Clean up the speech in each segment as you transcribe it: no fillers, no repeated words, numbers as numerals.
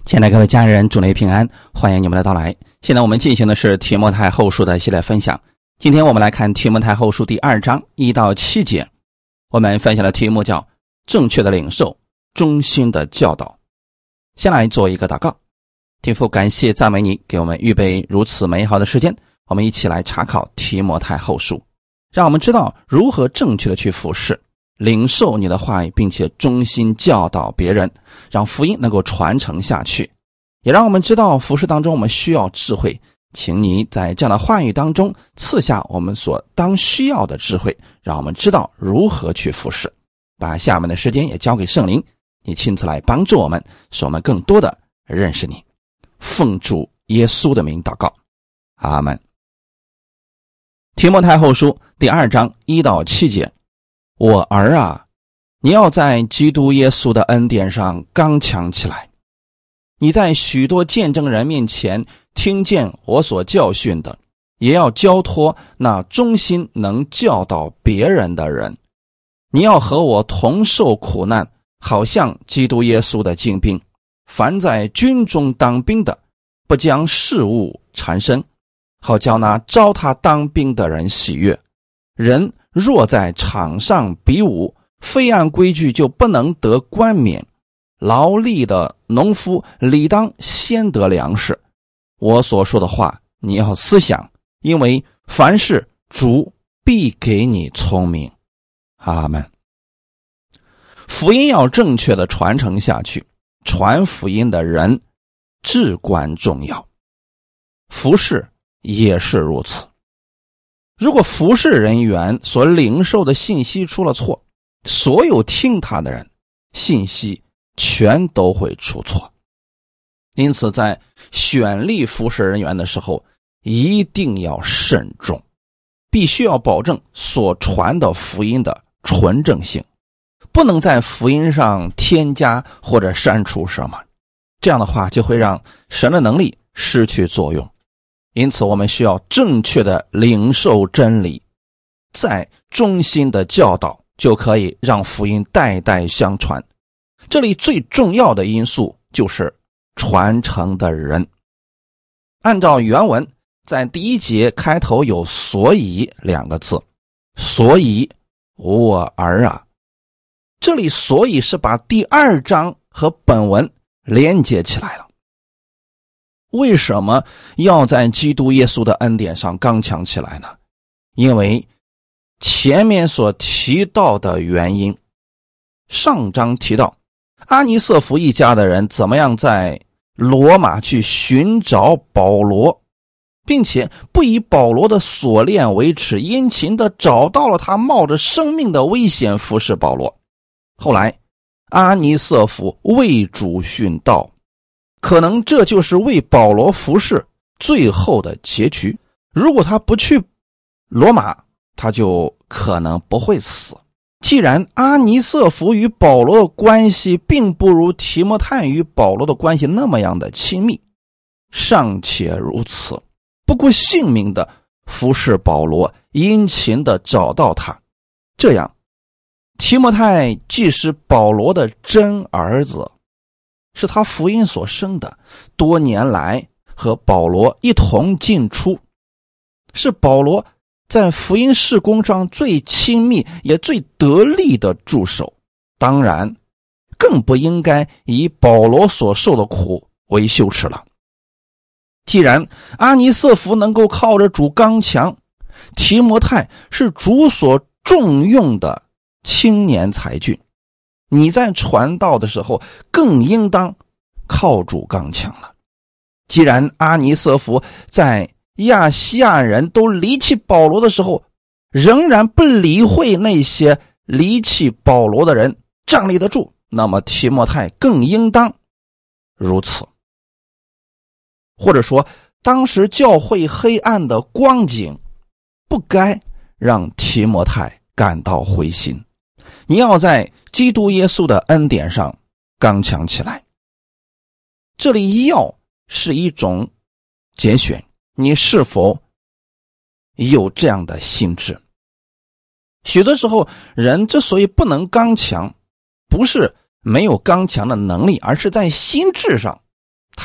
亲爱的各位家人，主内平安，欢迎你们的到来。现在我们进行的是提摩太后书的系列分享。今天我们来看提摩太后书第2章1到7节。我们分享的题目叫正确的领受，忠心的教导。先来做一个祷告。天父，感谢赞美你给我们预备如此美好的时间，我们一起来查考提摩太后书，让我们知道如何正确的去服侍，领受你的话语，并且忠心教导别人，让福音能够传承下去。也让我们知道服侍当中我们需要智慧，请你在这样的话语当中赐下我们所当需要的智慧，让我们知道如何去服侍。把下面的时间也交给圣灵，你亲自来帮助我们，使我们更多的认识你。奉主耶稣的名祷告，阿们。提摩太后书第2章1到7节。我儿啊，你要在基督耶稣的恩典上刚强起来。你在许多见证人面前听见我所教训的，也要交托那忠心能教导别人的人。你要和我同受苦难，好像基督耶稣的精兵。凡在军中当兵的，不将事物缠身，好叫那招他当兵的人喜悦。人若在场上比武，非按规矩就不能得冠冕。劳力的农夫理当先得粮食。我所说的话你要思想，因为凡事主必给你聪明。阿们。福音要正确的传承下去，传福音的人至关重要，服事也是如此。如果服事人员所领受的信息出了错，所有听他的人信息全都会出错。因此在选立服事人员的时候一定要慎重，必须要保证所传的福音的纯正性，不能在福音上添加或者删除什么，这样的话就会让神的能力失去作用。因此我们需要正确的领受真理，在忠心的教导，就可以让福音代代相传。这里最重要的因素就是传承的人。按照原文，在第1节开头有所以2个字，所以我儿啊。这里所以是把第2章和本文连接起来了。为什么要在基督耶稣的恩典上刚强起来呢？因为前面所提到的原因。上章提到阿尼瑟弗一家的人怎么样在罗马去寻找保罗，并且不以保罗的锁链为耻，殷勤的找到了他，冒着生命的危险服侍保罗。后来阿尼瑟弗为主殉道，可能这就是为保罗服侍最后的结局。如果他不去罗马，他就可能不会死。既然阿尼瑟弗与保罗的关系并不如提摩太与保罗的关系那么样的亲密，尚且如此，不顾性命的服侍保罗，殷勤的找到他，这样提摩太既是保罗的真儿子，是他福音所生的，多年来和保罗一同进出，是保罗在福音事工上最亲密也最得力的助手，当然更不应该以保罗所受的苦为羞耻了。既然阿尼瑟弗能够靠着主刚强，提摩太是主所重用的青年才俊，你在传道的时候更应当靠主刚强了。既然阿尼瑟弗在亚细亚人都离弃保罗的时候，仍然不理会那些离弃保罗的人，站立得住，那么提摩太更应当如此。或者说，当时教会黑暗的光景不该让提摩太感到灰心。你要在基督耶稣的恩典上刚强起来。这里要是一种拣选，你是否有这样的心智？许多时候人之所以不能刚强，不是没有刚强的能力，而是在心智上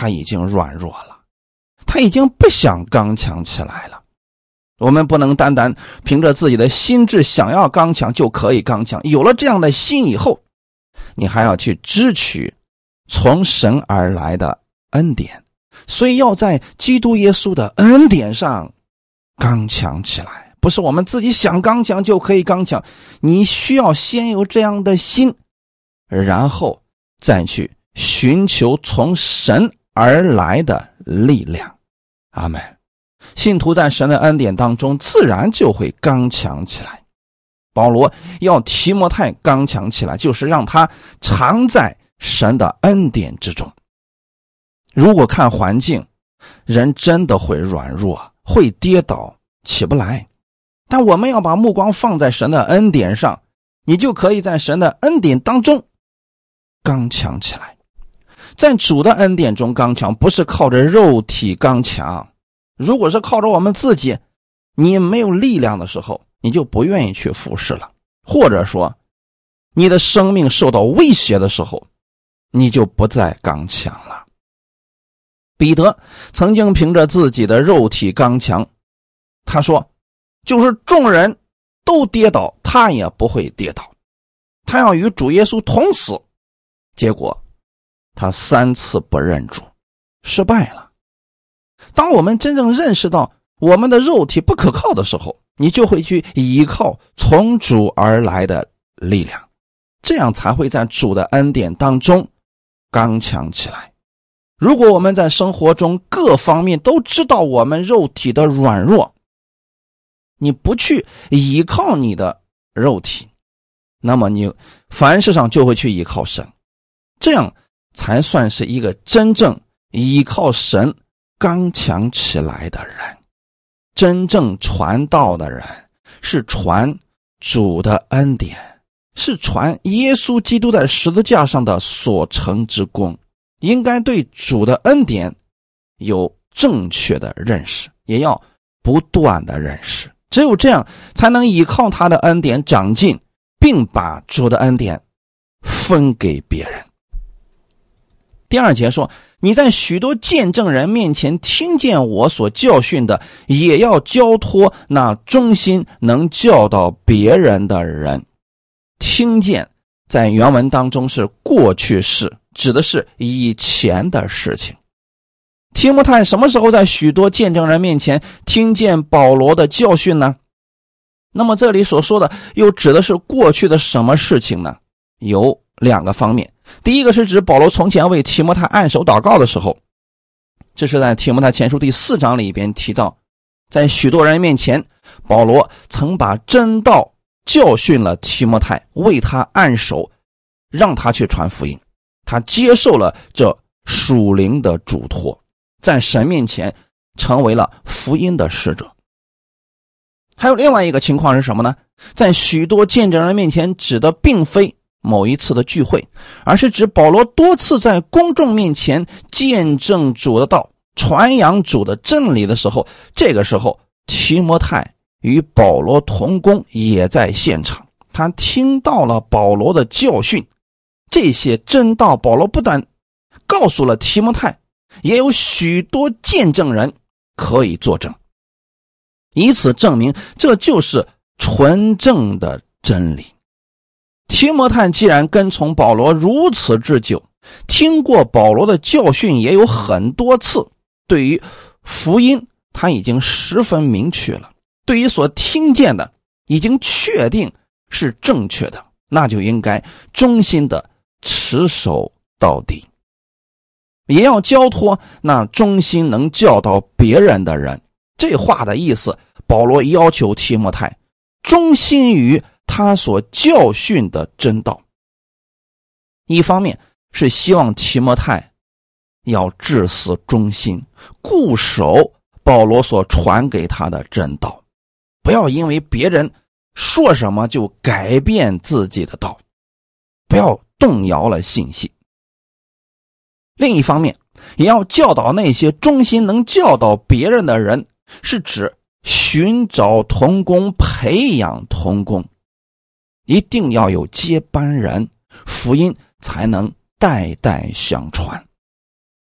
他已经软弱了，他已经不想刚强起来了。我们不能单单凭着自己的心智想要刚强就可以刚强，有了这样的心以后，你还要去支取从神而来的恩典，所以要在基督耶稣的恩典上刚强起来，不是我们自己想刚强就可以刚强，你需要先有这样的心，然后再去寻求从神而来的力量。阿们。信徒在神的恩典当中自然就会刚强起来。保罗要提摩太刚强起来，就是让他常在神的恩典之中。如果看环境，人真的会软弱，会跌倒，起不来。但我们要把目光放在神的恩典上，你就可以在神的恩典当中刚强起来。在主的恩典中刚强，不是靠着肉体刚强。如果是靠着我们自己，你没有力量的时候，你就不愿意去服侍了，或者说你的生命受到威胁的时候，你就不再刚强了。彼得曾经凭着自己的肉体刚强，他说就是众人都跌倒，他也不会跌倒，他要与主耶稣同死。结果他3次不认主，失败了。当我们真正认识到我们的肉体不可靠的时候，你就会去依靠从主而来的力量，这样才会在主的恩典当中刚强起来。如果我们在生活中各方面都知道我们肉体的软弱，你不去依靠你的肉体，那么你凡事上就会去依靠神，这样才算是一个真正依靠神刚强起来的人。真正传道的人是传主的恩典，是传耶稣基督在十字架上的所成之功，应该对主的恩典有正确的认识，也要不断的认识，只有这样才能依靠他的恩典长进，并把主的恩典分给别人。第2节说，你在许多见证人面前听见我所教训的，也要交托那忠心能教导别人的人。听见在原文当中是过去式，指的是以前的事情。提摩太什么时候在许多见证人面前听见保罗的教训呢？那么这里所说的又指的是过去的什么事情呢？有2个方面。第一个是指保罗从前为提摩太按手祷告的时候，这是在提摩太前书第4章里边提到，在许多人面前，保罗曾把真道教训了提摩太，为他按手，让他去传福音。他接受了这属灵的嘱托，在神面前成为了福音的使者。还有另外一个情况是什么呢？在许多见证人面前指的并非某一次的聚会，而是指保罗多次在公众面前见证主的道，传扬主的真理的时候，这个时候提摩太与保罗同工，也在现场。他听到了保罗的教训，这些真道保罗不但告诉了提摩太，也有许多见证人可以作证，以此证明这就是纯正的真理。提摩太既然跟从保罗如此之久，听过保罗的教训也有很多次，对于福音他已经十分明确了，对于所听见的已经确定是正确的，那就应该忠心的持守到底，也要交托那忠心能教导别人的人。这话的意思，保罗要求提摩太忠心于他所教训的真道，一方面是希望提摩太要至死忠心，固守保罗所传给他的真道，不要因为别人说什么就改变自己的道，不要动摇了信心。另一方面也要教导那些忠心能教导别人的人，是指寻找同工，培养同工，一定要有接班人，福音才能代代相传。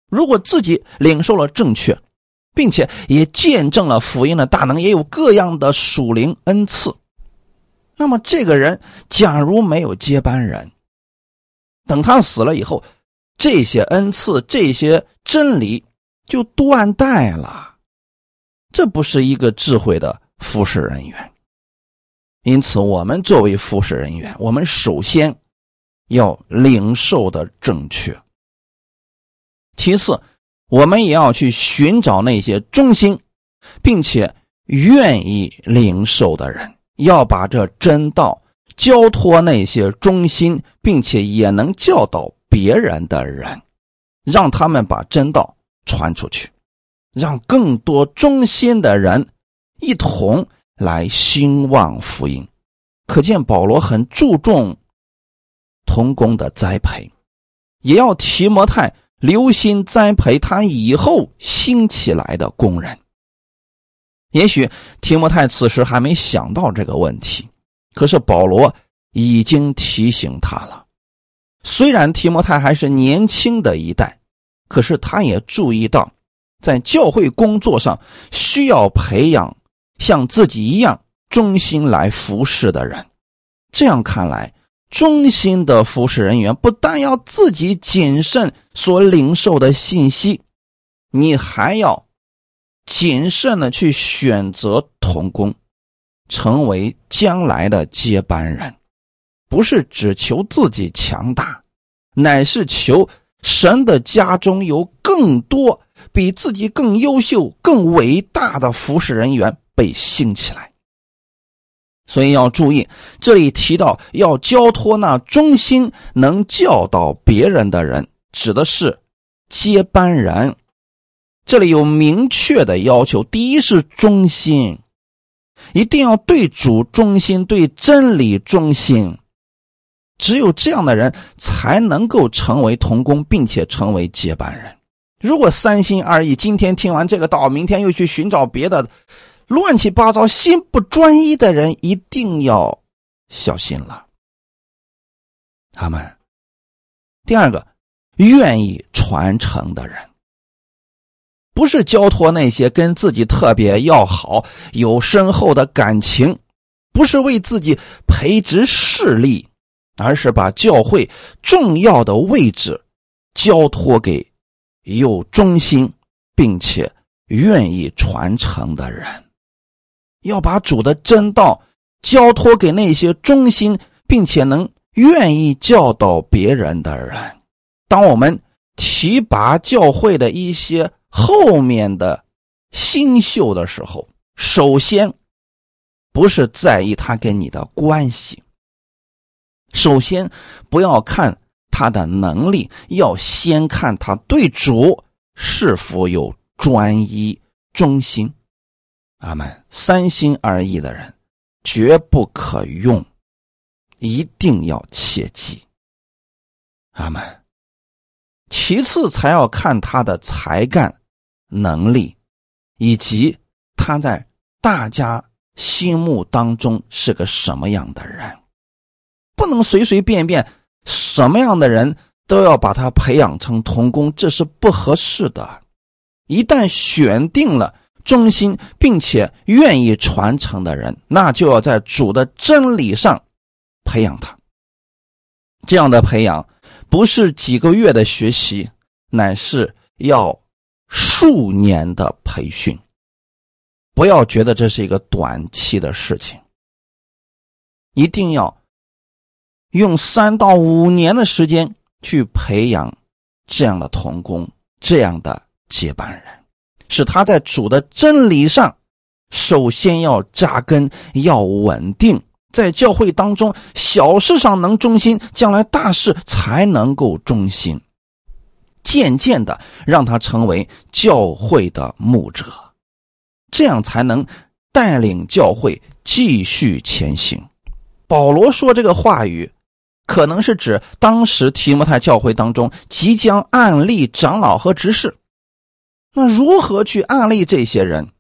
如果自己领受了正确，并且也见证了福音的大能，也有各样的属灵恩赐，那么这个人假如没有接班人，等他死了以后，这些恩赐这些真理就断代了，这不是一个智慧的服侍人员。因此我们作为服侍人员，我们首先要领受的正确，其次我们也要去寻找那些忠心并且愿意领受的人，要把这真道交托那些忠心并且也能教导别人的人，让他们把真道传出去，让更多忠心的人一同来兴旺福音。可见保罗很注重同工的栽培，也要提摩太留心栽培他以后兴起来的工人。也许提摩太此时还没想到这个问题，可是保罗已经提醒他了。虽然提摩太还是年轻的一代，可是他也注意到在教会工作上需要培养像自己一样忠心来服侍的人。这样看来，忠心的服侍人员不但要自己谨慎所领受的信息，你还要谨慎的去选择同工，成为将来的接班人。不是只求自己强大，乃是求神的家中有更多比自己更优秀更伟大的服侍人员被兴起来。所以要注意，这里提到要交托那忠心能教导别人的人，指的是接班人。这里有明确的要求，第一是忠心，一定要对主忠心，对真理忠心。只有这样的人才能够成为同工，并且成为接班人。如果三心二意，今天听完这个道，明天又去寻找别的，乱七八糟心不专一的人一定要小心了。阿们。第二个，愿意传承的人，不是交托那些跟自己特别要好有深厚的感情，不是为自己培植势力，而是把教会重要的位置交托给有忠心并且愿意传承的人。要把主的真道交托给那些忠心并且能愿意教导别人的人。当我们提拔教会的一些后面的新秀的时候，首先不是在意他跟你的关系，首先不要看他的能力，要先看他对主是否有专一忠心。阿们。三心二意的人绝不可用，一定要切记。阿们。其次才要看他的才干能力，以及他在大家心目当中是个什么样的人。不能随随便便什么样的人都要把他培养成同工，这是不合适的。一旦选定了忠心并且愿意传承的人，那就要在主的真理上培养他。这样的培养不是几个月的学习，乃是要数年的培训。不要觉得这是一个短期的事情，一定要用3到5年的时间去培养这样的同工，这样的接班人，使他在主的真理上首先要扎根，要稳定，在教会当中小事上能忠心，将来大事才能够忠心，渐渐的让他成为教会的牧者，这样才能带领教会继续前行。保罗说这个话语可能是指当时提摩太教会当中即将按立长老和执事。那如何去按立这些人？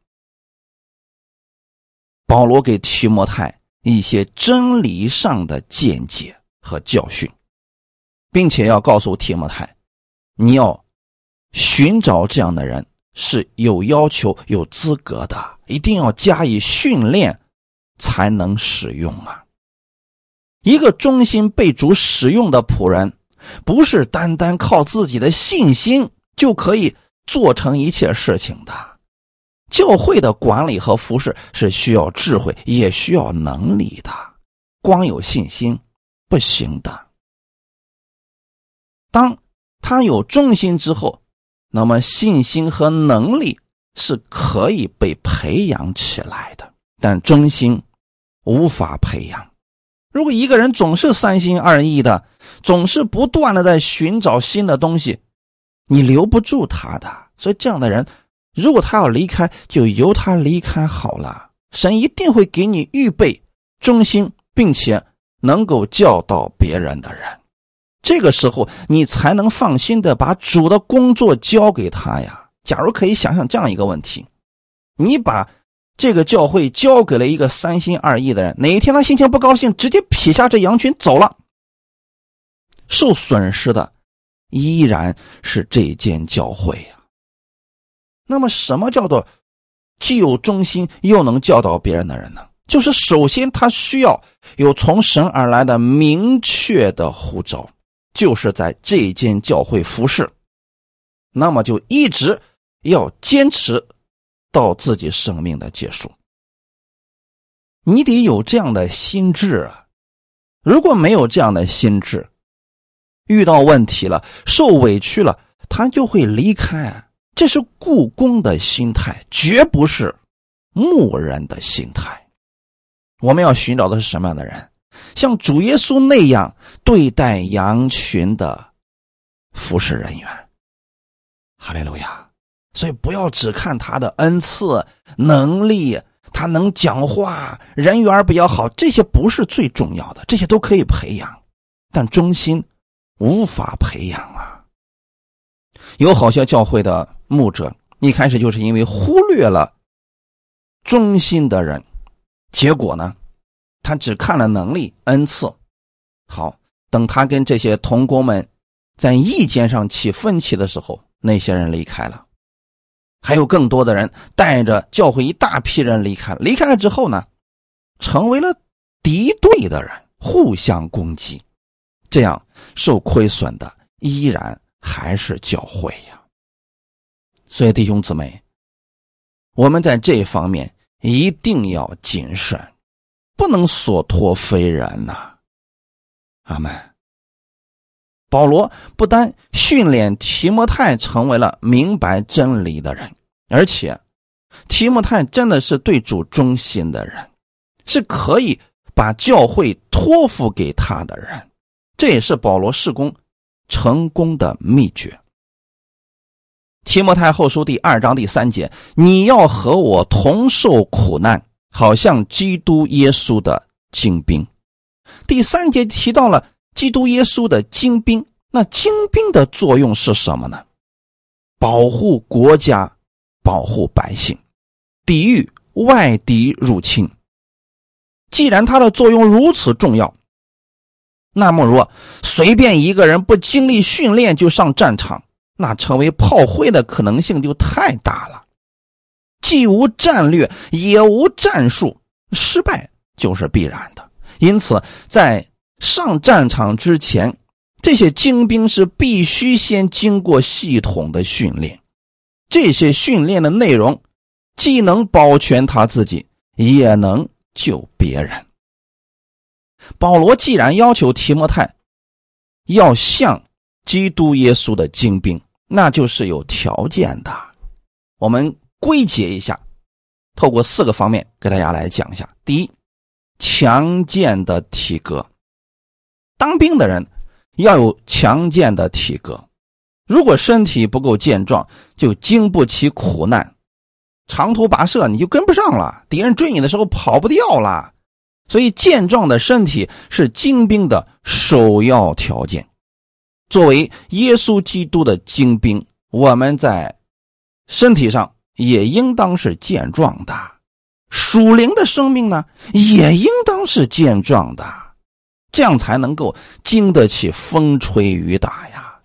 保罗给提摩太一些真理上的见解和教训，并且要告诉提摩太，你要寻找这样的人是有要求有资格的，一定要加以训练才能使用啊。一个忠心被主使用的仆人，不是单单靠自己的信心就可以做成一切事情的。教会的管理和服侍是需要智慧也需要能力的，光有信心不行的。当他有忠心之后，那么信心和能力是可以被培养起来的，但忠心无法培养。如果一个人总是三心二意的，总是不断的在寻找新的东西，你留不住他的。所以这样的人，如果他要离开，就由他离开好了。神一定会给你预备忠心并且能够教导别人的人，这个时候你才能放心的把主的工作交给他呀。假如可以想想这样一个问题，你把这个教会交给了一个三心二意的人，哪一天他心情不高兴，直接撇下这羊群走了，受损失的依然是这间教会呀。那么什么叫做既有忠心又能教导别人的人呢？就是首先他需要有从神而来的明确的呼召，就是在这间教会服侍，那么就一直要坚持到自己生命的结束。你得有这样的心智啊！如果没有这样的心智，遇到问题了，受委屈了，他就会离开。这是雇工的心态，绝不是牧人的心态。我们要寻找的是什么样的人？像主耶稣那样对待羊群的服侍人员。哈利路亚！所以不要只看他的恩赐能力，他能讲话，人缘比较好，这些不是最重要的，这些都可以培养，但忠心无法培养啊。有好些教会的牧者一开始就是因为忽略了忠心的人，结果呢，他只看了能力恩赐。好，等他跟这些同工们在意见上起分歧的时候，那些人离开了，还有更多的人带着教会一大批人离开了。离开了之后呢，成为了敌对的人，互相攻击，这样受亏损的依然还是教会呀。所以弟兄姊妹，我们在这方面一定要谨慎，不能所托非人呐。阿们。保罗不单训练提摩太成为了明白真理的人，而且提摩太真的是对主忠心的人，是可以把教会托付给他的人，这也是保罗事工成功的秘诀。提摩太后书第2章第3节，你要和我同受苦难，好像基督耶稣的精兵。第3节提到了基督耶稣的精兵，那精兵的作用是什么呢？保护国家，保护百姓，抵御外敌入侵。既然它的作用如此重要，那么若随便一个人不经历训练就上战场，那成为炮灰的可能性就太大了。既无战略也无战术，失败就是必然的。因此在上战场之前，这些精兵是必须先经过系统的训练，这些训练的内容既能保全他自己，也能救别人。保罗既然要求提摩太要像基督耶稣的精兵，那就是有条件的。我们归结一下，透过4个方面给大家来讲一下。第一，强健的体格。当兵的人要有强健的体格，如果身体不够健壮，就经不起苦难，长途跋涉你就跟不上了，敌人追你的时候跑不掉了。所以健壮的身体是精兵的首要条件。作为耶稣基督的精兵，我们在身体上也应当是健壮的，属灵的生命呢也应当是健壮的，这样才能够经得起风吹雨打呀。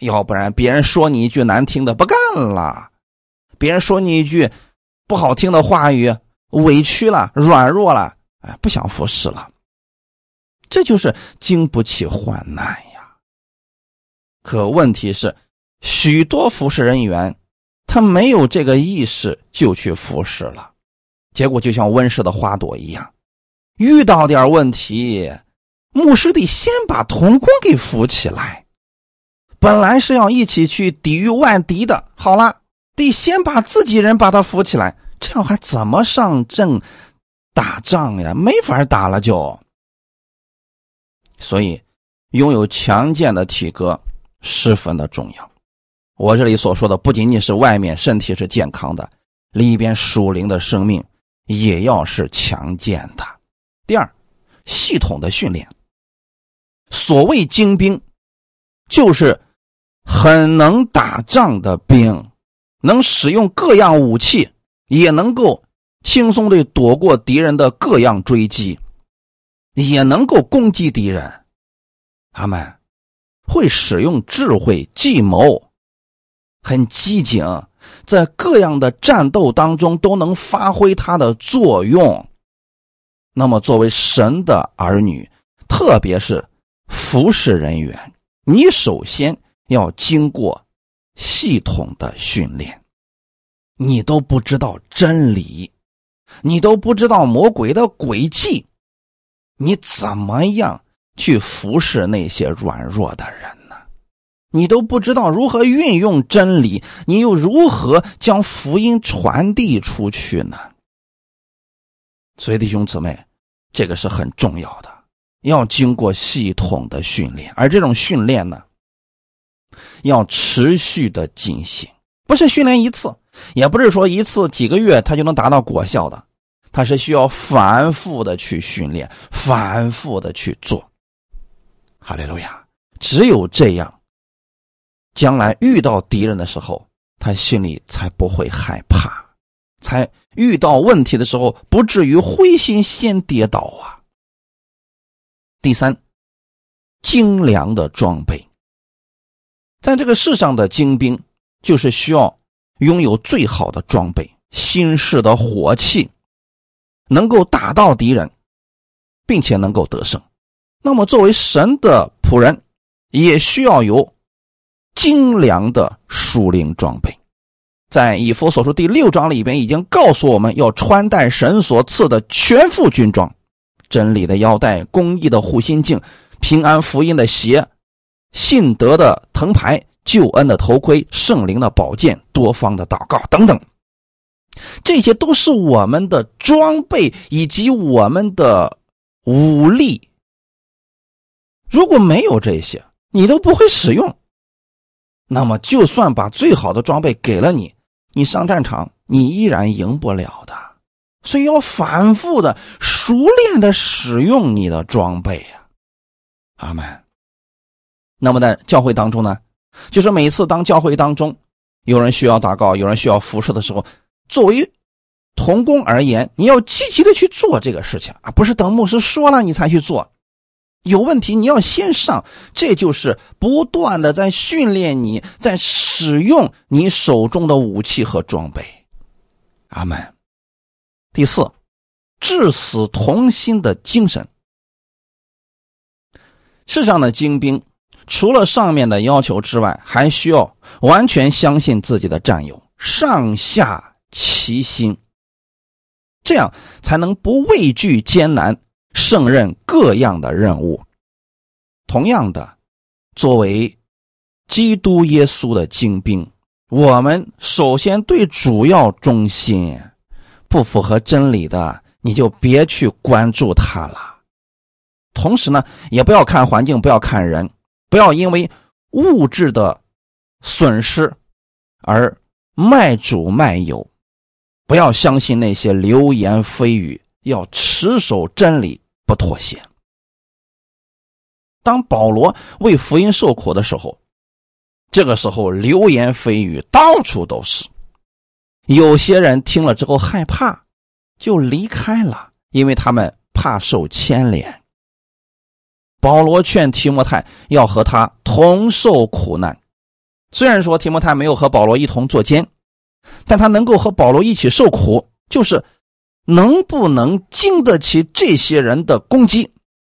要不然别人说你一句难听的不干了，别人说你一句不好听的话语，委屈了，软弱了，不想服侍了，这就是经不起患难呀。可问题是，许多服侍人员他没有这个意识就去服侍了，结果就像温室的花朵一样，遇到点问题，牧师得先把同工给扶起来，本来是要一起去抵御万敌的，好了，得先把自己人把他扶起来，这样还怎么上阵打仗呀？没法打了就。所以拥有强健的体格十分的重要。我这里所说的不仅仅是外面身体是健康的，里边属灵的生命也要是强健的。第二，系统的训练。所谓精兵，就是很能打仗的兵，能使用各样武器，也能够轻松地躲过敌人的各样追击，也能够攻击敌人。他们会使用智慧计谋，很机警，在各样的战斗当中都能发挥它的作用。那么作为神的儿女，特别是服侍人员，你首先要经过系统的训练。你都不知道真理，你都不知道魔鬼的诡计，你怎么样去服侍那些软弱的人呢？你都不知道如何运用真理，你又如何将福音传递出去呢？所以弟兄姊妹，这个是很重要的，要经过系统的训练，而这种训练呢，要持续的进行，不是训练一次，也不是说一次几个月它就能达到果效的，它是需要反复的去训练，反复的去做。哈利路亚！只有这样，将来遇到敌人的时候，他心里才不会害怕，才遇到问题的时候不至于灰心先跌倒啊。第三，精良的装备。在这个世上的精兵，就是需要拥有最好的装备，新式的火器，能够打到敌人，并且能够得胜。那么作为神的仆人，也需要有精良的属灵装备。在以弗所书第6章里边已经告诉我们，要穿戴神所赐的全副军装，真理的腰带，公义的护心镜，平安福音的鞋，信德的藤牌，救恩的头盔，圣灵的宝剑，多方的祷告等等。这些都是我们的装备以及我们的武力。如果没有这些，你都不会使用，那么就算把最好的装备给了你，你上战场你依然赢不了的。所以要反复的熟练的使用你的装备啊。阿们。那么在教会当中呢，就是每次当教会当中有人需要祷告，有人需要服侍的时候，作为同工而言，你要积极的去做这个事情啊，不是等牧师说了你才去做。有问题你要先上，这就是不断的在训练你，在使用你手中的武器和装备。阿们。第四，至死同心的精神。世上的精兵除了上面的要求之外，还需要完全相信自己的战友，上下齐心，这样才能不畏惧艰难，胜任各样的任务。同样的，作为基督耶稣的精兵，我们首先对主要忠心，不符合真理的你就别去关注它了。同时呢，也不要看环境，不要看人，不要因为物质的损失而卖主卖友，不要相信那些流言蜚语，要持守真理，不妥协。当保罗为福音受苦的时候，这个时候流言蜚语到处都是，有些人听了之后害怕，就离开了，因为他们怕受牵连。保罗劝提摩太要和他同受苦难， 虽然说提摩太没有和保罗一同坐监，但他能够和保罗一起受苦，就是能不能经得起这些人的攻击，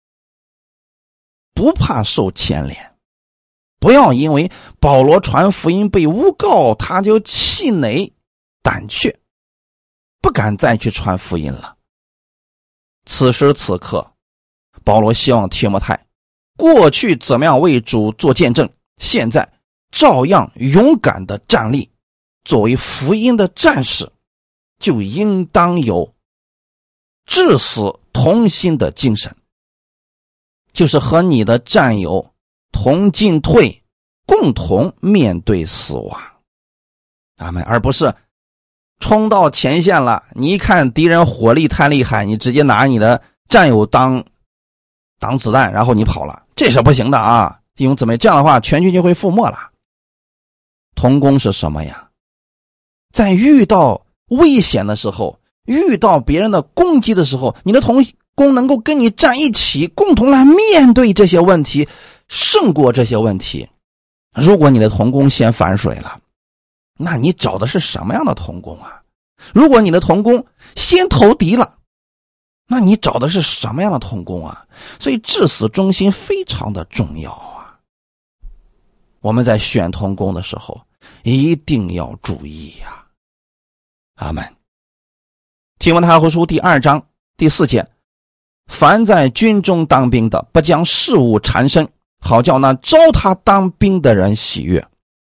不怕受牵连。不要因为保罗传福音被诬告，他就气馁胆怯，不敢再去传福音了。此时此刻，保罗希望提摩太过去怎么样为主做见证，现在照样勇敢的站立，作为福音的战士，就应当有至死同心的精神，就是和你的战友同进退，共同面对死亡。阿们。而不是冲到前线了，你一看敌人火力太厉害，你直接拿你的战友当子弹，然后你跑了，这是不行的啊！弟兄姊妹，这样的话全军就会覆没了。同工是什么呀？在遇到危险的时候，遇到别人的攻击的时候，你的同工能够跟你站一起，共同来面对这些问题，胜过这些问题。如果你的同工先反水了，那你找的是什么样的同工啊？如果你的同工先投敌了，那你找的是什么样的同工啊？所以至死忠心非常的重要啊！我们在选同工的时候一定要注意呀！阿们。提摩太后书第2章第4节，凡在军中当兵的，不将事务缠身，好叫那招他当兵的人喜悦。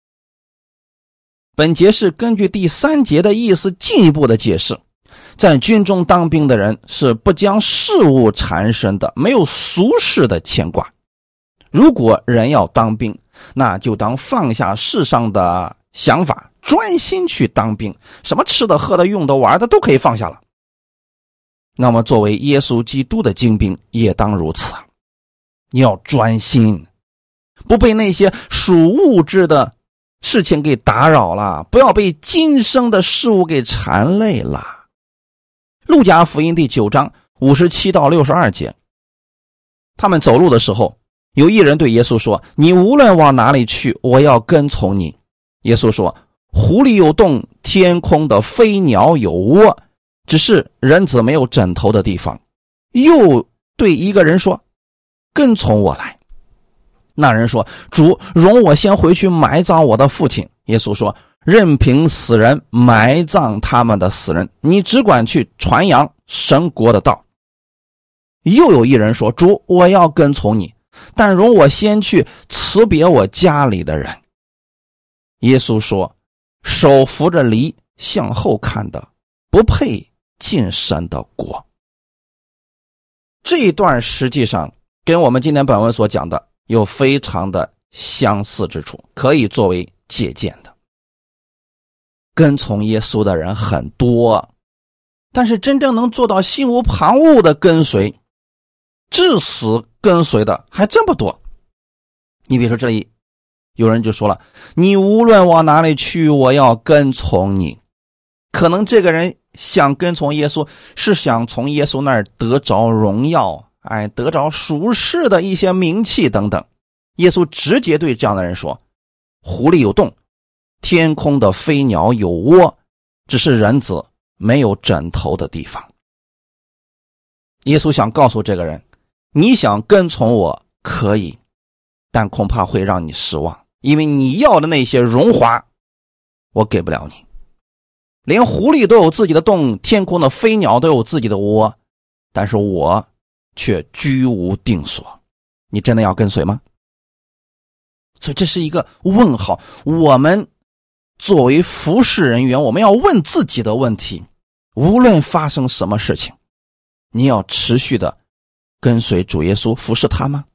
本节是根据第3节的意思进一步的解释，在军中当兵的人是不将事务缠身的，没有俗事的牵挂。如果人要当兵，那就当放下世上的想法，专心去当兵，什么吃的喝的用的玩的都可以放下了。那么作为耶稣基督的精兵也当如此，你要专心，不被那些属物质的事情给打扰了，不要被今生的事物给缠累了。路加福音第9章57到62节，他们走路的时候，有一人对耶稣说，你无论往哪里去，我要跟从你。耶稣说，湖里有洞，天空的飞鸟有窝，只是人子没有枕头的地方。又对一个人说，跟从我来。那人说，主，容我先回去埋葬我的父亲。耶稣说，任凭死人埋葬他们的死人，你只管去传扬神国的道。又有一人说，主，我要跟从你，但容我先去辞别我家里的人。耶稣说，手扶着犁向后看的，不配进神的国。这一段实际上跟我们今天本文所讲的有非常的相似之处，可以作为借鉴的。跟从耶稣的人很多，但是真正能做到心无旁骛的跟随，至死跟随的还真不多。你比如说这里有人就说了，你无论往哪里去，我要跟从你。可能这个人想跟从耶稣，是想从耶稣那儿得着荣耀，得着属世的一些名气等等。耶稣直接对这样的人说，湖里有洞，天空的飞鸟有窝，只是人子没有枕头的地方。耶稣想告诉这个人，你想跟从我可以，但恐怕会让你失望，因为你要的那些荣华我给不了你。连狐狸都有自己的洞，天空的飞鸟都有自己的窝，但是我却居无定所。你真的要跟随吗？所以这是一个问号。我们作为服侍人员，我们要问自己的问题，无论发生什么事情，你要持续的跟随主耶稣，服侍他吗？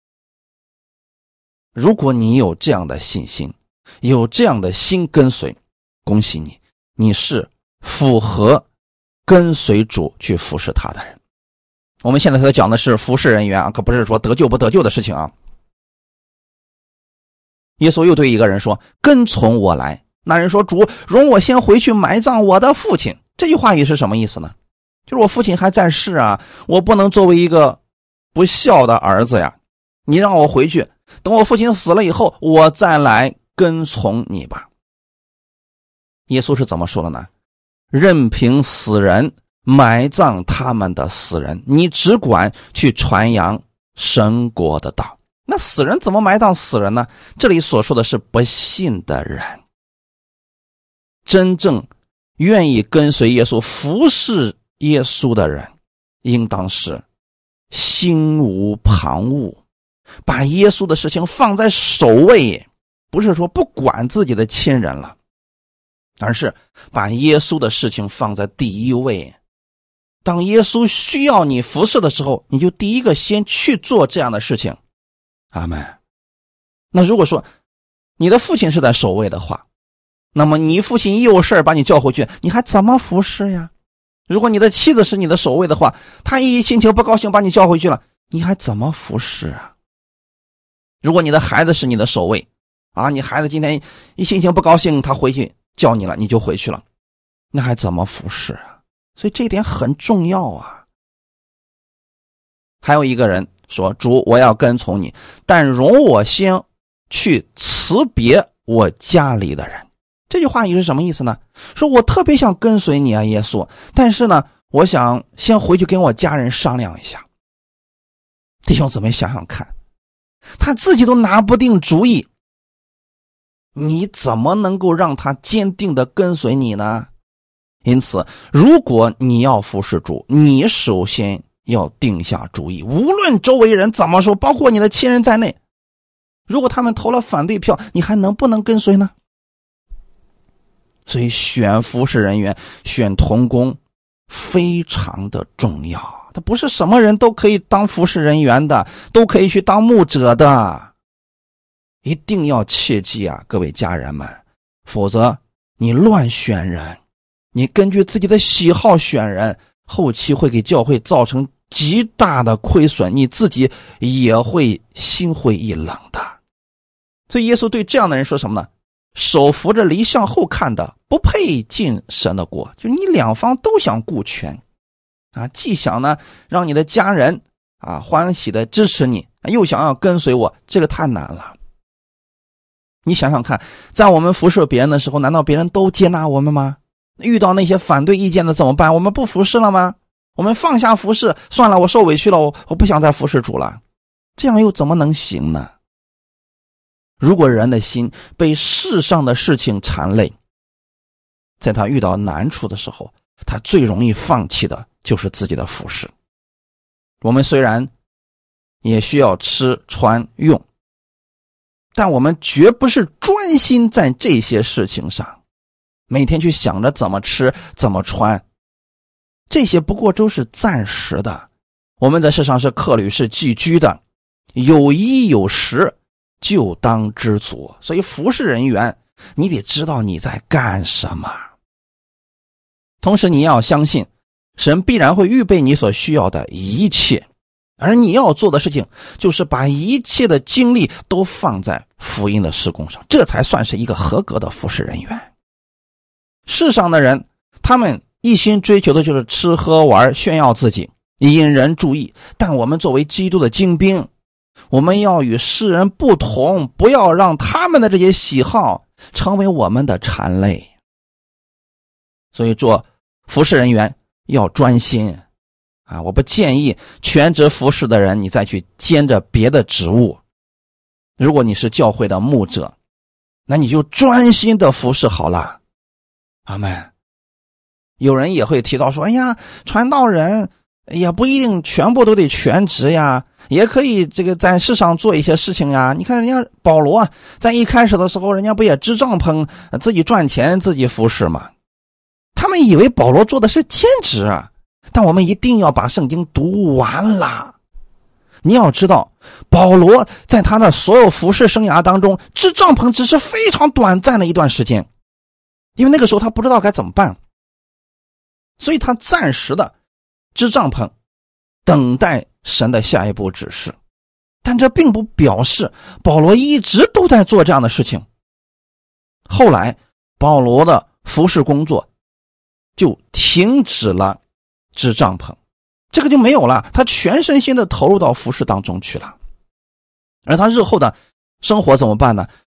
如果你有这样的信心，有这样的心跟随，恭喜你，你是符合跟随主去服侍他的人。我们现在讲的是服侍人员啊，可不是说得救不得救的事情啊。耶稣又对一个人说，跟从我来。那人说，主，容我先回去埋葬我的父亲。这句话语是什么意思呢？就是我父亲还在世啊，我不能作为一个不孝的儿子呀，你让我回去，等我父亲死了以后，我再来跟从你吧。耶稣是怎么说的呢？任凭死人埋葬他们的死人，你只管去传扬神国的道。那死人怎么埋葬死人呢？这里所说的是不信的人。真正愿意跟随耶稣服侍耶稣的人，应当是心无旁骛，把耶稣的事情放在首位，不是说不管自己的亲人了，而是把耶稣的事情放在第一位。当耶稣需要你服侍的时候，你就第一个先去做这样的事情。阿们。那如果说你的父亲是在首位的话，那么你父亲一有事把你叫回去，你还怎么服侍呀？如果你的妻子是你的首位的话，他一心情不高兴把你叫回去了，你还怎么服侍啊？如果你的孩子是你的首位啊，你孩子今天一心情不高兴，他回去叫你了，你就回去了，那还怎么服侍啊？所以这一点很重要啊。还有一个人说，主，我要跟从你，但容我先去辞别我家里的人。这句话也是什么意思呢？说我特别想跟随你啊，耶稣，但是呢，我想先回去跟我家人商量一下。弟兄姊妹想想看，他自己都拿不定主意，你怎么能够让他坚定的跟随你呢？因此，如果你要服侍主，你首先要定下主意，无论周围人怎么说，包括你的亲人在内，如果他们投了反对票，你还能不能跟随呢？所以选服侍人员，选同工非常的重要。他不是什么人都可以当服侍人员的，都可以去当牧者的。一定要切记啊，各位家人们，否则你乱选人，你根据自己的喜好选人，后期会给教会造成极大的亏损，你自己也会心灰意冷的。所以耶稣对这样的人说什么呢？手扶着犁向后看的，不配进神的国。就你两方都想顾全啊，既想呢让你的家人啊欢喜的支持你，又想要跟随我，这个太难了。你想想看，在我们服侍别人的时候，难道别人都接纳我们吗？遇到那些反对意见的怎么办？我们不服侍了吗？我们放下服侍，算了，我受委屈了，我不想再服侍主了，这样又怎么能行呢？如果人的心被世上的事情缠累，在他遇到难处的时候，他最容易放弃的就是自己的服侍。我们虽然也需要吃穿用，但我们绝不是专心在这些事情上，每天去想着怎么吃怎么穿，这些不过都是暂时的。我们在世上是客旅，是寄居的，有衣有食就当知足。所以服侍人员，你得知道你在干什么，同时你要相信神必然会预备你所需要的一切，而你要做的事情就是把一切的精力都放在福音的事工上，这才算是一个合格的服侍人员。世上的人，他们一心追求的就是吃喝玩炫耀自己，引人注意，但我们作为基督的精兵，我们要与世人不同，不要让他们的这些喜好成为我们的缠累。所以做服侍人员要专心啊！我不建议全职服侍的人你再去兼着别的职务。如果你是教会的牧者，那你就专心的服侍好了。阿们。有人也会提到说，哎呀，传道人也不一定全部都得全职呀，也可以这个在世上做一些事情呀。你看人家保罗啊，在一开始的时候，人家不也支帐篷，自己赚钱，自己服侍吗？他们以为保罗做的是兼职啊，但我们一定要把圣经读完了。你要知道，保罗在他的所有服侍生涯当中，支帐篷只是非常短暂的一段时间，因为那个时候他不知道该怎么办，所以他暂时的支帐篷，等待神的下一步指示。但这并不表示保罗一直都在做这样的事情。后来保罗的服侍工作就停止了支帐篷，这个就没有了，他全身心的投入到服侍当中去了。而他日后的生活怎么办呢？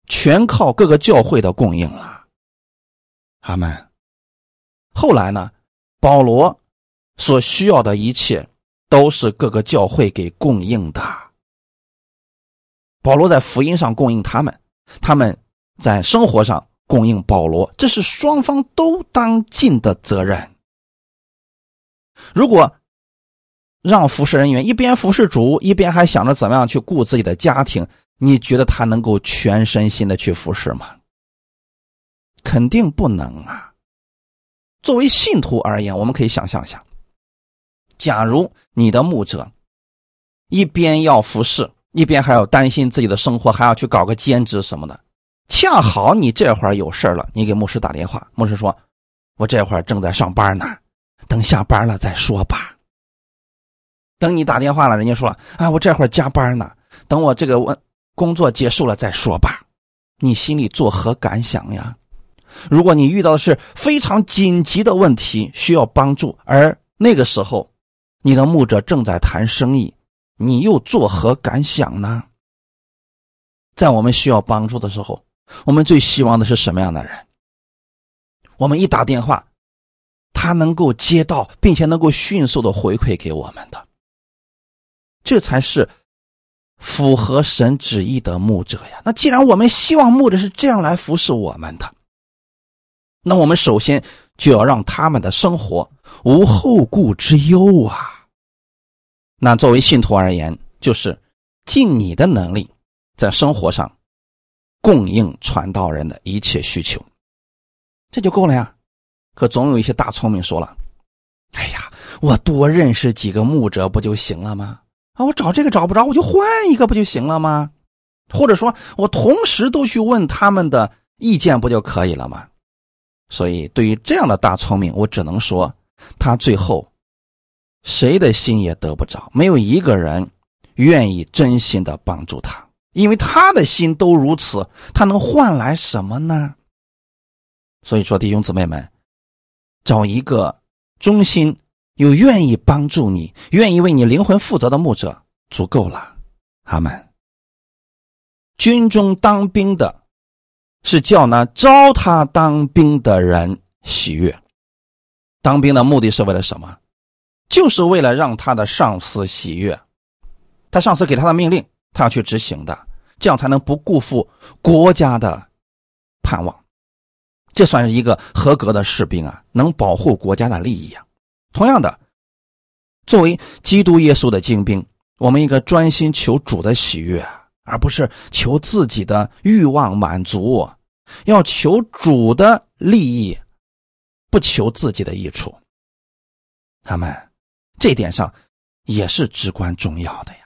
全靠各个教会的供应了。阿们。后来呢，保罗所需要的一切都是各个教会给供应的。保罗在福音上供应他们，他们在生活上供应保罗，这是双方都当尽的责任。如果让服侍人员一边服侍主，一边还想着怎么样去顾自己的家庭，你觉得他能够全身心的去服侍吗？肯定不能啊。作为信徒而言，我们可以想象一下，假如你的牧者一边要服侍，一边还要担心自己的生活，还要去搞个兼职什么的，恰好你这会儿有事了，你给牧师打电话，牧师说我这会儿正在上班呢，等下班了再说吧。等你打电话了，人家说啊，我这会儿加班呢，等我这个工作结束了再说吧。你心里作何感想呀？如果你遇到的是非常紧急的问题，需要帮助，而那个时候你的牧者正在谈生意，你又作何感想呢？在我们需要帮助的时候，我们最希望的是什么样的人？我们一打电话，他能够接到，并且能够迅速的回馈给我们的，这才是符合神旨意的牧者呀。那既然我们希望牧者是这样来服侍我们的，那我们首先就要让他们的生活无后顾之忧啊。那作为信徒而言，就是尽你的能力在生活上供应传道人的一切需求，这就够了呀。可总有一些大聪明说了，哎呀，我多认识几个牧者不就行了吗？啊，我找这个找不着，我就换一个不就行了吗？或者说我同时都去问他们的意见不就可以了吗？所以对于这样的大聪明，我只能说他最后谁的心也得不着，没有一个人愿意真心的帮助他，因为他的心都如此，他能换来什么呢？所以说弟兄姊妹们，找一个忠心又愿意帮助你，愿意为你灵魂负责的牧者足够了。阿们。军中当兵的是叫那招他当兵的人喜悦。当兵的目的是为了什么？就是为了让他的上司喜悦，他上司给他的命令他要去执行的，这样才能不辜负国家的盼望。这算是一个合格的士兵啊，能保护国家的利益啊。同样的，作为基督耶稣的精兵，我们应该专心求主的喜悦，而不是求自己的欲望满足，要求主的利益，不求自己的益处。他们这点上也是至关重要的呀。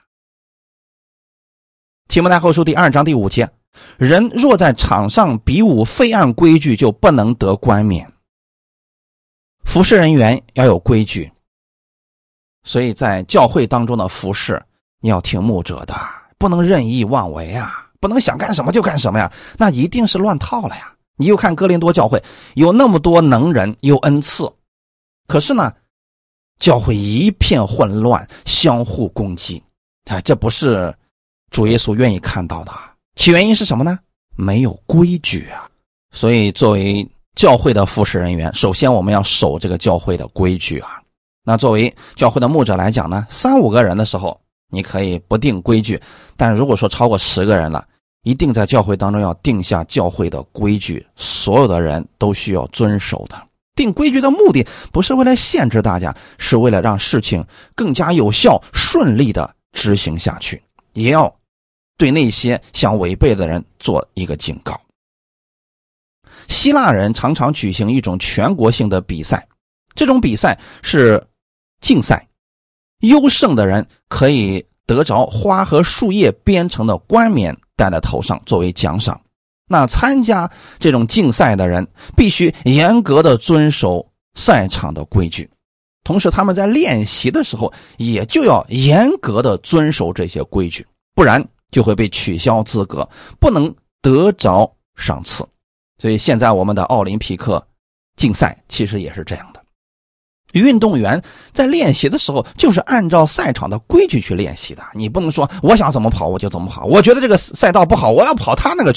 提摩太后书第2章第5节，人若在场上比武，非按规矩，就不能得冠冕。服侍人员要有规矩，所以在教会当中的服侍，你要听牧者的，不能任意妄为啊，不能想干什么就干什么呀，那一定是乱套了呀。你又看哥林多教会有那么多能人，有恩赐，可是呢，教会一片混乱，相互攻击，这不是主耶稣愿意看到的。其原因是什么呢？没有规矩啊。所以作为教会的服侍人员，首先我们要守这个教会的规矩啊。那作为教会的牧者来讲呢，3-5个人的时候你可以不定规矩，但如果说超过10个人了，一定在教会当中要定下教会的规矩，所有的人都需要遵守的。定规矩的目的不是为了限制大家，是为了让事情更加有效顺利的执行下去，也要对那些想违背的人做一个警告。希腊人常常举行一种全国性的比赛，这种比赛是竞赛，优胜的人可以得着花和树叶编成的冠冕戴在头上作为奖赏。那参加这种竞赛的人必须严格的遵守赛场的规矩，同时他们在练习的时候也就要严格的遵守这些规矩，不然就会被取消资格，不能得着赏赐。所以现在我们的奥林匹克竞赛其实也是这样的，运动员在练习的时候就是按照赛场的规矩去练习的，你不能说我想怎么跑我就怎么跑，我觉得这个赛道不好我要跑他那个去，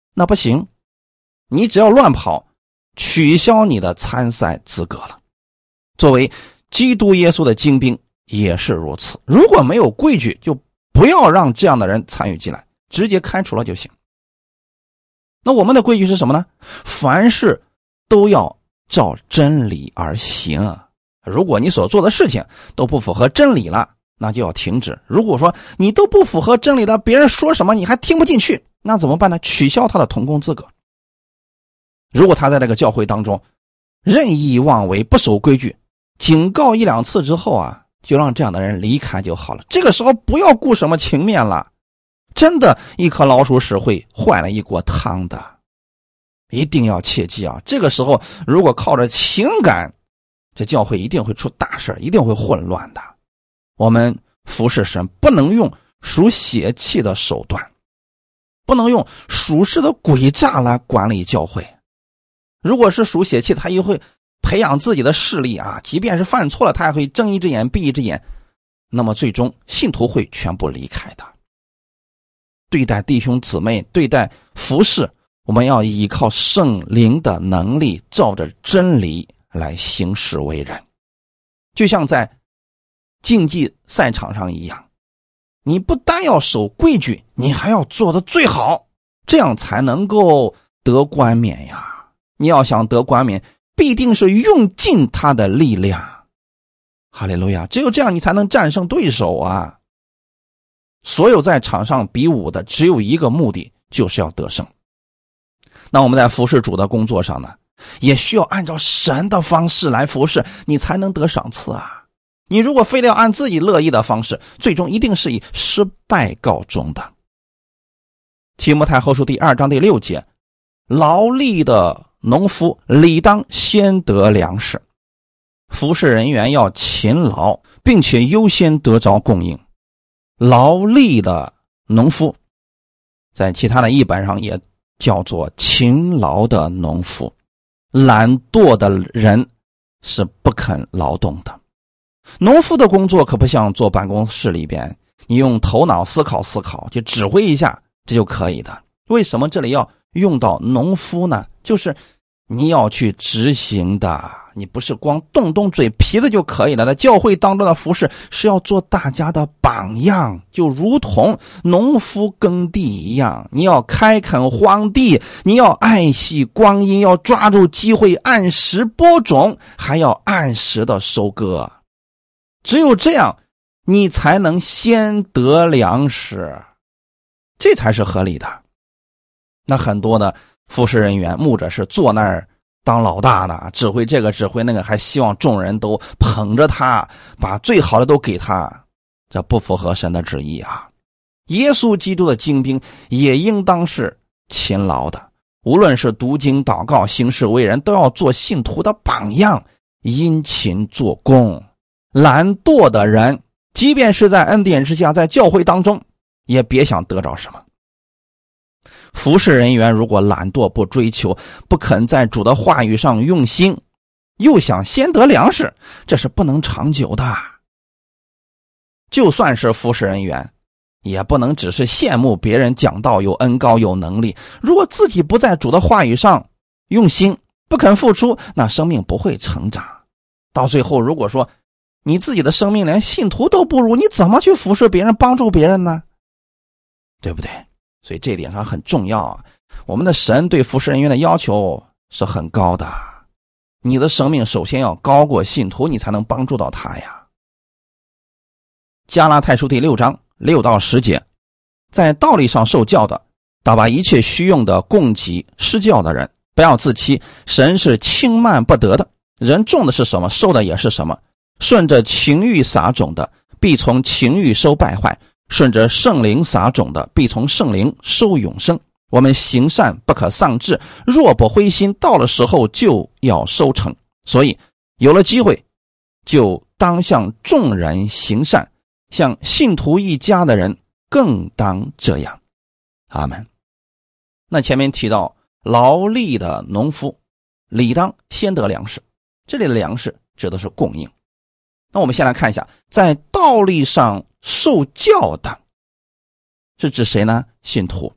那不行，你只要乱跑，取消你的参赛资格了。作为基督耶稣的精兵也是如此，如果没有规矩，就不要让这样的人参与进来，直接开除了就行。那我们的规矩是什么呢？凡事都要照真理而行。如果你所做的事情都不符合真理了，那就要停止。如果说你都不符合真理了，别人说什么你还听不进去，那怎么办呢？取消他的同工资格。如果他在这个教会当中任意妄为，不守规矩，警告一两次之后啊，就让这样的人离开就好了。这个时候不要顾什么情面了，真的一颗老鼠屎会坏了一锅汤的，一定要切记啊！这个时候如果靠着情感，这教会一定会出大事，一定会混乱的。我们服侍神不能用属血气的手段，不能用属世的诡诈来管理教会。如果是属血气，他也会培养自己的势力啊，即便是犯错了，他也会睁一只眼闭一只眼，那么最终信徒会全部离开的。对待弟兄姊妹，对待服侍，我们要依靠圣灵的能力，照着真理来行事为人。就像在竞技赛场上一样，你不单要守规矩，你还要做得最好，这样才能够得冠冕呀。你要想得冠冕，必定是用尽他的力量。哈利路亚！只有这样你才能战胜对手啊。所有在场上比武的只有一个目的，就是要得胜。那我们在服侍主的工作上呢，也需要按照神的方式来服侍，你才能得赏赐啊。你如果非得要按自己乐意的方式，最终一定是以失败告终的。提摩太后书第2章第6节，劳力的农夫理当先得粮食，服侍人员要勤劳，并且优先得着供应。劳力的农夫在其他的译本上也叫做勤劳的农夫，懒惰的人是不肯劳动的。农夫的工作可不像坐办公室里边，你用头脑思考就指挥一下，这就可以的。为什么这里要用到农夫呢？就是你要去执行的，你不是光动动嘴皮子就可以了。在教会当中的服事是要做大家的榜样，就如同农夫耕地一样，你要开垦荒地，你要爱惜光阴，要抓住机会，按时播种，还要按时的收割。只有这样，你才能先得粮食，这才是合理的。那很多的服侍人员牧者是坐那儿当老大的，指挥这个指挥那个，还希望众人都捧着他，把最好的都给他，这不符合神的旨意啊。耶稣基督的精兵也应当是勤劳的，无论是读经祷告行事为人，都要做信徒的榜样，殷勤做工。懒惰的人即便是在恩典之下，在教会当中也别想得着什么。服侍人员如果懒惰，不追求，不肯在主的话语上用心，又想先得粮食，这是不能长久的。就算是服侍人员，也不能只是羡慕别人讲道有恩高有能力，如果自己不在主的话语上用心，不肯付出，那生命不会成长。到最后如果说你自己的生命连信徒都不如，你怎么去服侍别人帮助别人呢？对不对？所以这点上很重要啊。我们的神对服侍人员的要求是很高的，你的生命首先要高过信徒，你才能帮助到他呀。加拉太书第6章6到10节，在道理上受教的，倒把一切虚用的供给施教的人，不要自欺，神是轻慢不得的。人种的是什么，收的也是什么。顺着情欲撒种的，必从情欲收败坏；顺着圣灵撒种的，必从圣灵收永生。我们行善不可丧志，若不灰心，到了时候就要收成。所以有了机会，就当向众人行善，向信徒一家的人更当这样。阿们。那前面提到劳力的农夫理当先得粮食，这里的粮食指的是供应。那我们先来看一下，在道理上受教的是指谁呢？信徒。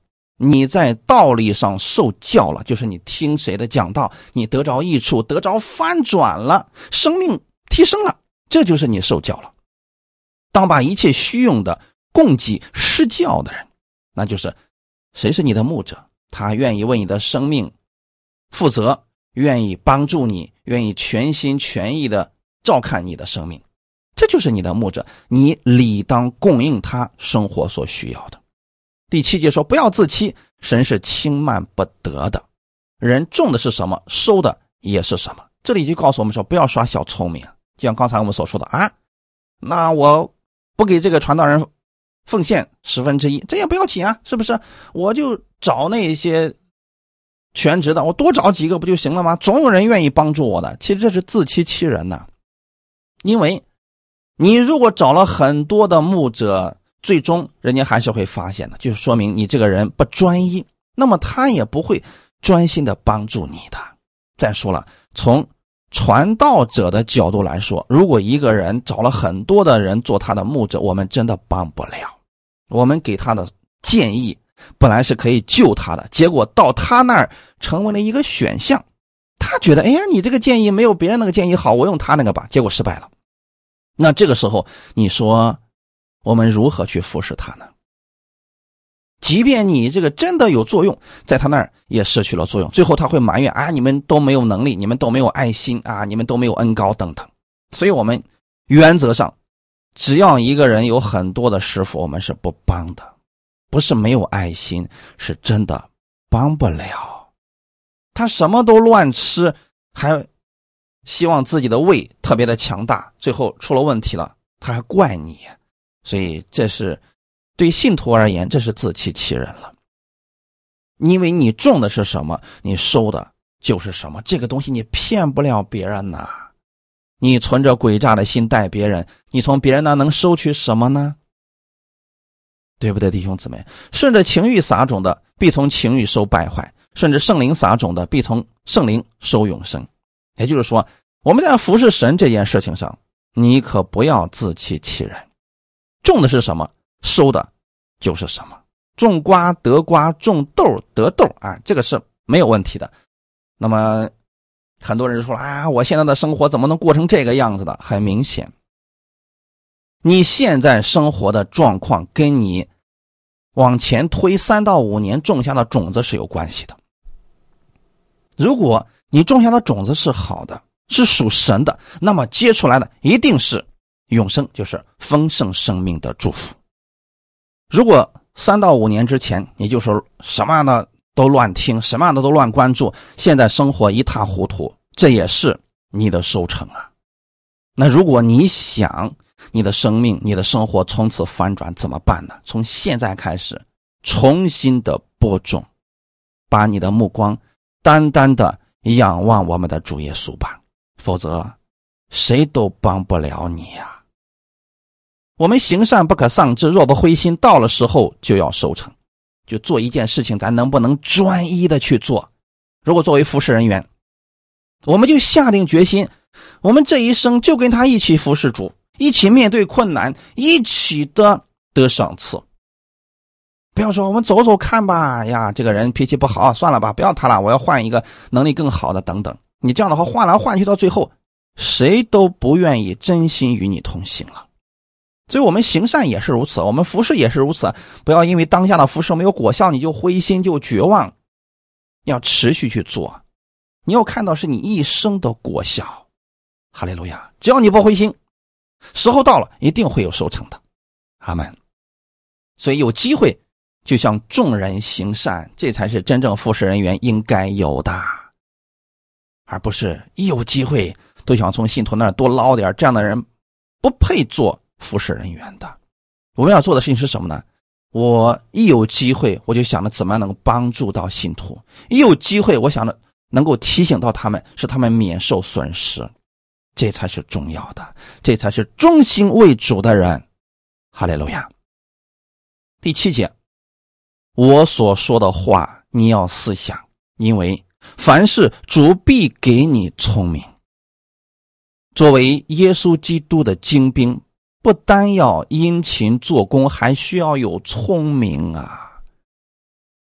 你在道理上受教了，就是你听谁的讲道，你得着益处，得着翻转了，生命提升了，这就是你受教了。当把一切虚用的供给施教的人，那就是谁是你的牧者，他愿意为你的生命负责，愿意帮助你，愿意全心全意的照看你的生命，这就是你的牧者，你理当供应他生活所需要的。第7节说，不要自欺，神是轻慢不得的，人种的是什么，收的也是什么。这里就告诉我们说，不要耍小聪明，就像刚才我们所说的那我不给这个传道人奉献1/10，这也不要紧啊，是不是？我就找那些全职的，我多找几个不就行了吗？总有人愿意帮助我的。其实这是自欺欺人呐，因为你如果找了很多的牧者，最终人家还是会发现的，就是说明你这个人不专一，那么他也不会专心的帮助你的。再说了，从传道者的角度来说，如果一个人找了很多的人做他的牧者，我们真的帮不了。我们给他的建议本来是可以救他的，结果到他那儿成为了一个选项，他觉得你这个建议没有别人那个建议好，我用他那个吧，结果失败了。那这个时候你说我们如何去服侍他呢？即便你这个真的有作用，在他那儿也失去了作用，最后他会埋怨你们都没有能力，你们都没有爱心你们都没有恩膏等等。所以我们原则上只要一个人有很多的师傅，我们是不帮的，不是没有爱心，是真的帮不了。他什么都乱吃，还希望自己的胃特别的强大，最后出了问题了他还怪你，所以这是对信徒而言，这是自欺欺人了。因为你种的是什么，你收的就是什么，这个东西你骗不了别人呐。你存着诡诈的心待别人，你从别人那能收取什么呢？对不对，弟兄姊妹？顺着情欲撒种的，必从情欲收败坏；顺着圣灵撒种的，必从圣灵收永生。也就是说，我们在服侍神这件事情上，你可不要自欺欺人。种的是什么，收的就是什么。种瓜得瓜，种豆得豆这个是没有问题的。那么很多人说我现在的生活怎么能过成这个样子的？很明显，你现在生活的状况跟你往前推3到5年种下的种子是有关系的。如果你种下的种子是好的，是属神的，那么结出来的一定是永生，就是丰盛生命的祝福。如果3到5年之前你就是什么样的都乱听，什么样的都乱关注，现在生活一塌糊涂，这也是你的收成啊。那如果你想你的生命你的生活从此翻转怎么办呢？从现在开始重新的播种，把你的目光单单的仰望我们的主耶稣吧，否则谁都帮不了你呀。我们行善不可丧志，若不灰心，到了时候就要收成。就做一件事情，咱能不能专一的去做？如果作为服侍人员，我们就下定决心，我们这一生就跟他一起服侍主，一起面对困难，一起的得赏赐。不要说我们走走看吧，这个人脾气不好，算了吧，不要他了，我要换一个能力更好的等等。你这样的话换来换去，到最后谁都不愿意真心与你同行了。所以我们行善也是如此，我们服侍也是如此。不要因为当下的服侍没有果效，你就灰心就绝望，要持续去做，你要看到是你一生的果效。哈利路亚！只要你不灰心，时候到了一定会有收成的。阿们。所以有机会就向众人行善，这才是真正服侍人员应该有的，而不是一有机会都想从信徒那儿多捞点，这样的人不配做服侍人员的。我们要做的事情是什么呢？我一有机会我就想着怎么样能帮助到信徒，一有机会我想着能够提醒到他们，使他们免受损失，这才是重要的，这才是忠心为主的人。哈利路亚。第7节，我所说的话你要思想，因为凡事主必给你聪明。作为耶稣基督的精兵，不单要殷勤做工，还需要有聪明啊。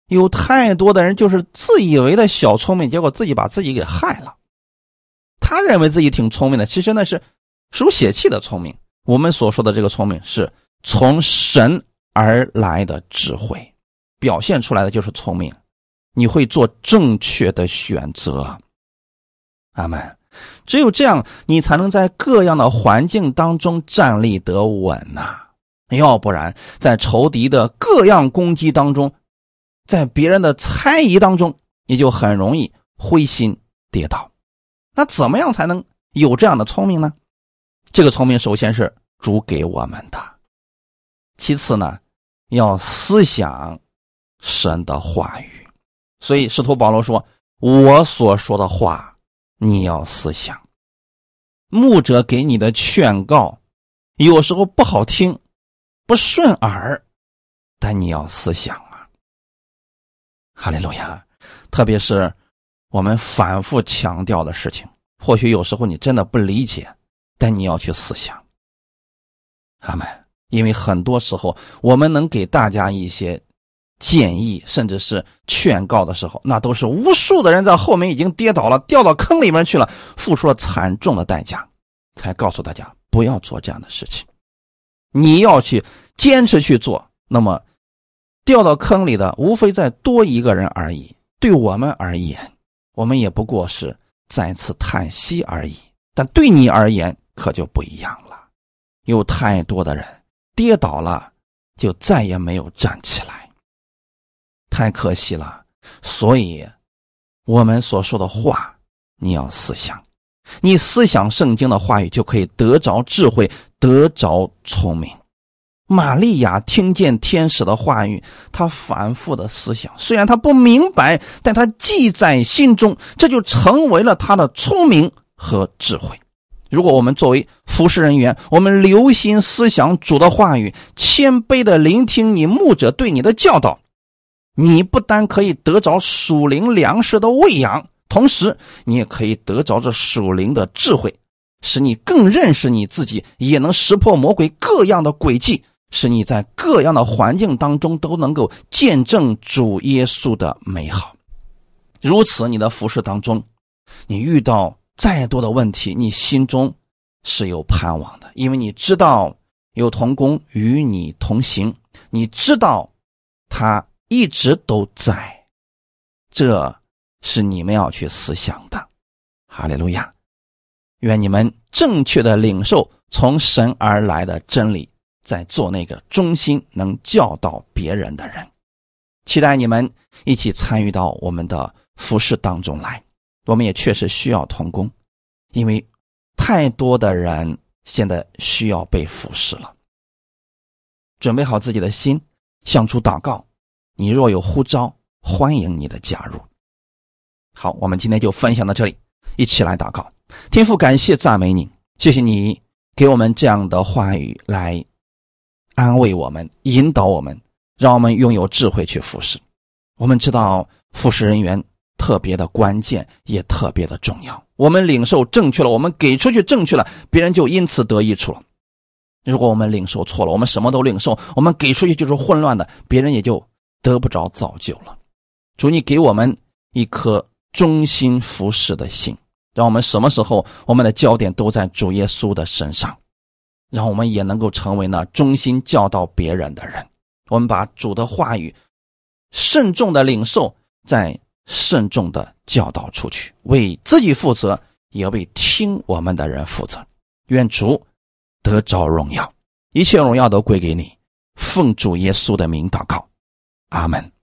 有太多的人就是自以为的小聪明，结果自己把自己给害了。他认为自己挺聪明的，其实那是属血气的聪明。我们所说的这个聪明是从神而来的智慧，表现出来的就是聪明，你会做正确的选择。阿们。只有这样，你才能在各样的环境当中站立得稳呐。要不然在仇敌的各样攻击当中，在别人的猜疑当中，你就很容易灰心跌倒。那怎么样才能有这样的聪明呢？这个聪明首先是主给我们的，其次呢，要思想神的话语。所以使徒保罗说，我所说的话你要思想。牧者给你的劝告有时候不好听，不顺耳，但你要思想啊。哈利路亚。特别是我们反复强调的事情，或许有时候你真的不理解，但你要去思想。阿们。因为很多时候我们能给大家一些建议甚至是劝告的时候，那都是无数的人在后面已经跌倒了，掉到坑里面去了，付出了惨重的代价，才告诉大家不要做这样的事情。你要去坚持去做，那么掉到坑里的无非再多一个人而已。对我们而言，我们也不过是再次叹息而已，但对你而言可就不一样了。有太多的人跌倒了就再也没有站起来，太可惜了。所以我们所说的话你要思想，你思想圣经的话语，就可以得着智慧，得着聪明。玛利亚听见天使的话语，她反复的思想，虽然她不明白，但她记在心中，这就成为了她的聪明和智慧。如果我们作为服侍人员，我们留心思想主的话语，谦卑的聆听你牧者对你的教导，你不单可以得着属灵粮食的喂养，同时你也可以得着这属灵的智慧，使你更认识你自己，也能识破魔鬼各样的诡计，使你在各样的环境当中都能够见证主耶稣的美好。如此你的服事当中，你遇到再多的问题，你心中是有盼望的，因为你知道有同工与你同行，你知道他一直都在，这是你们要去思想的。哈利路亚。愿你们正确的领受从神而来的真理，在做那个忠心能教导别人的人。期待你们一起参与到我们的服事当中来。我们也确实需要同工，因为太多的人现在需要被服事了。准备好自己的心，向主祷告，你若有呼召，欢迎你的加入。好，我们今天就分享到这里，一起来祷告。天父，感谢赞美你，谢谢你给我们这样的话语来安慰我们，引导我们，让我们拥有智慧去服事。我们知道服事人员特别的关键，也特别的重要。我们领受正确了，我们给出去正确了，别人就因此得益处了。如果我们领受错了，我们什么都领受，我们给出去就是混乱的，别人也就得不着造就了。主，你给我们一颗忠心服事的心，让我们什么时候我们的焦点都在主耶稣的身上，让我们也能够成为那忠心教导别人的人。我们把主的话语慎重的领受，再慎重的教导出去，为自己负责，也为听我们的人负责。愿主得着荣耀，一切荣耀都归给你。奉主耶稣的名祷告，阿们。